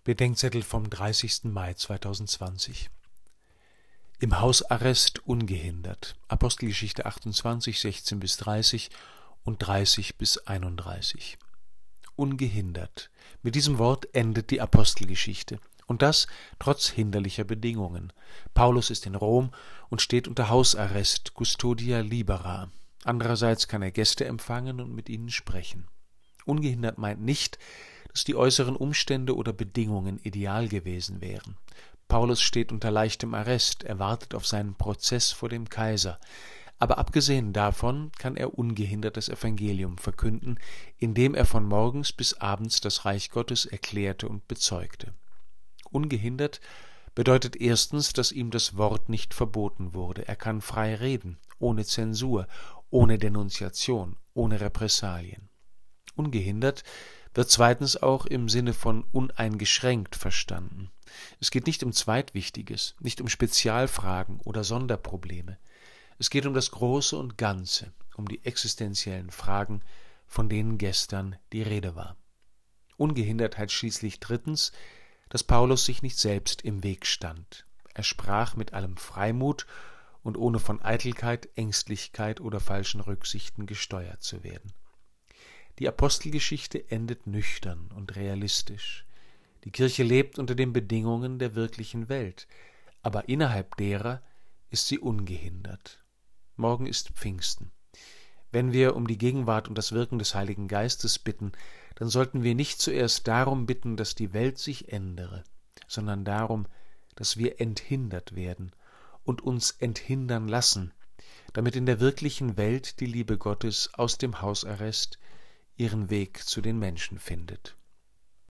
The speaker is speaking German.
Bedenkzettel vom 30. Mai 2020. Im Hausarrest ungehindert. Apostelgeschichte 28, 16-30 und 30-31. Ungehindert. Mit diesem Wort endet die Apostelgeschichte. Und das trotz hinderlicher Bedingungen. Paulus ist in Rom und steht unter Hausarrest, Custodia libera. Andererseits kann er Gäste empfangen und mit ihnen sprechen. Ungehindert meint nicht, dass die äußeren Umstände oder Bedingungen ideal gewesen wären. Paulus steht unter leichtem Arrest, er wartet auf seinen Prozess vor dem Kaiser. Aber abgesehen davon kann er ungehindert das Evangelium verkünden, indem er von morgens bis abends das Reich Gottes erklärte und bezeugte. Ungehindert bedeutet erstens, dass ihm das Wort nicht verboten wurde. Er kann frei reden, ohne Zensur, ohne Denunziation, ohne Repressalien. Ungehindert wird zweitens auch im Sinne von uneingeschränkt verstanden. Es geht nicht um Zweitwichtiges, nicht um Spezialfragen oder Sonderprobleme. Es geht um das Große und Ganze, um die existenziellen Fragen, von denen gestern die Rede war. Ungehindert heißt schließlich drittens, dass Paulus sich nicht selbst im Weg stand. Er sprach mit allem Freimut und ohne von Eitelkeit, Ängstlichkeit oder falschen Rücksichten gesteuert zu werden. Die Apostelgeschichte endet nüchtern und realistisch. Die Kirche lebt unter den Bedingungen der wirklichen Welt, aber innerhalb derer ist sie ungehindert. Morgen ist Pfingsten. Wenn wir um die Gegenwart und das Wirken des Heiligen Geistes bitten, dann sollten wir nicht zuerst darum bitten, dass die Welt sich ändere, sondern darum, dass wir enthindert werden und uns enthindern lassen, damit in der wirklichen Welt die Liebe Gottes aus dem Hausarrest ihren Weg zu den Menschen findet.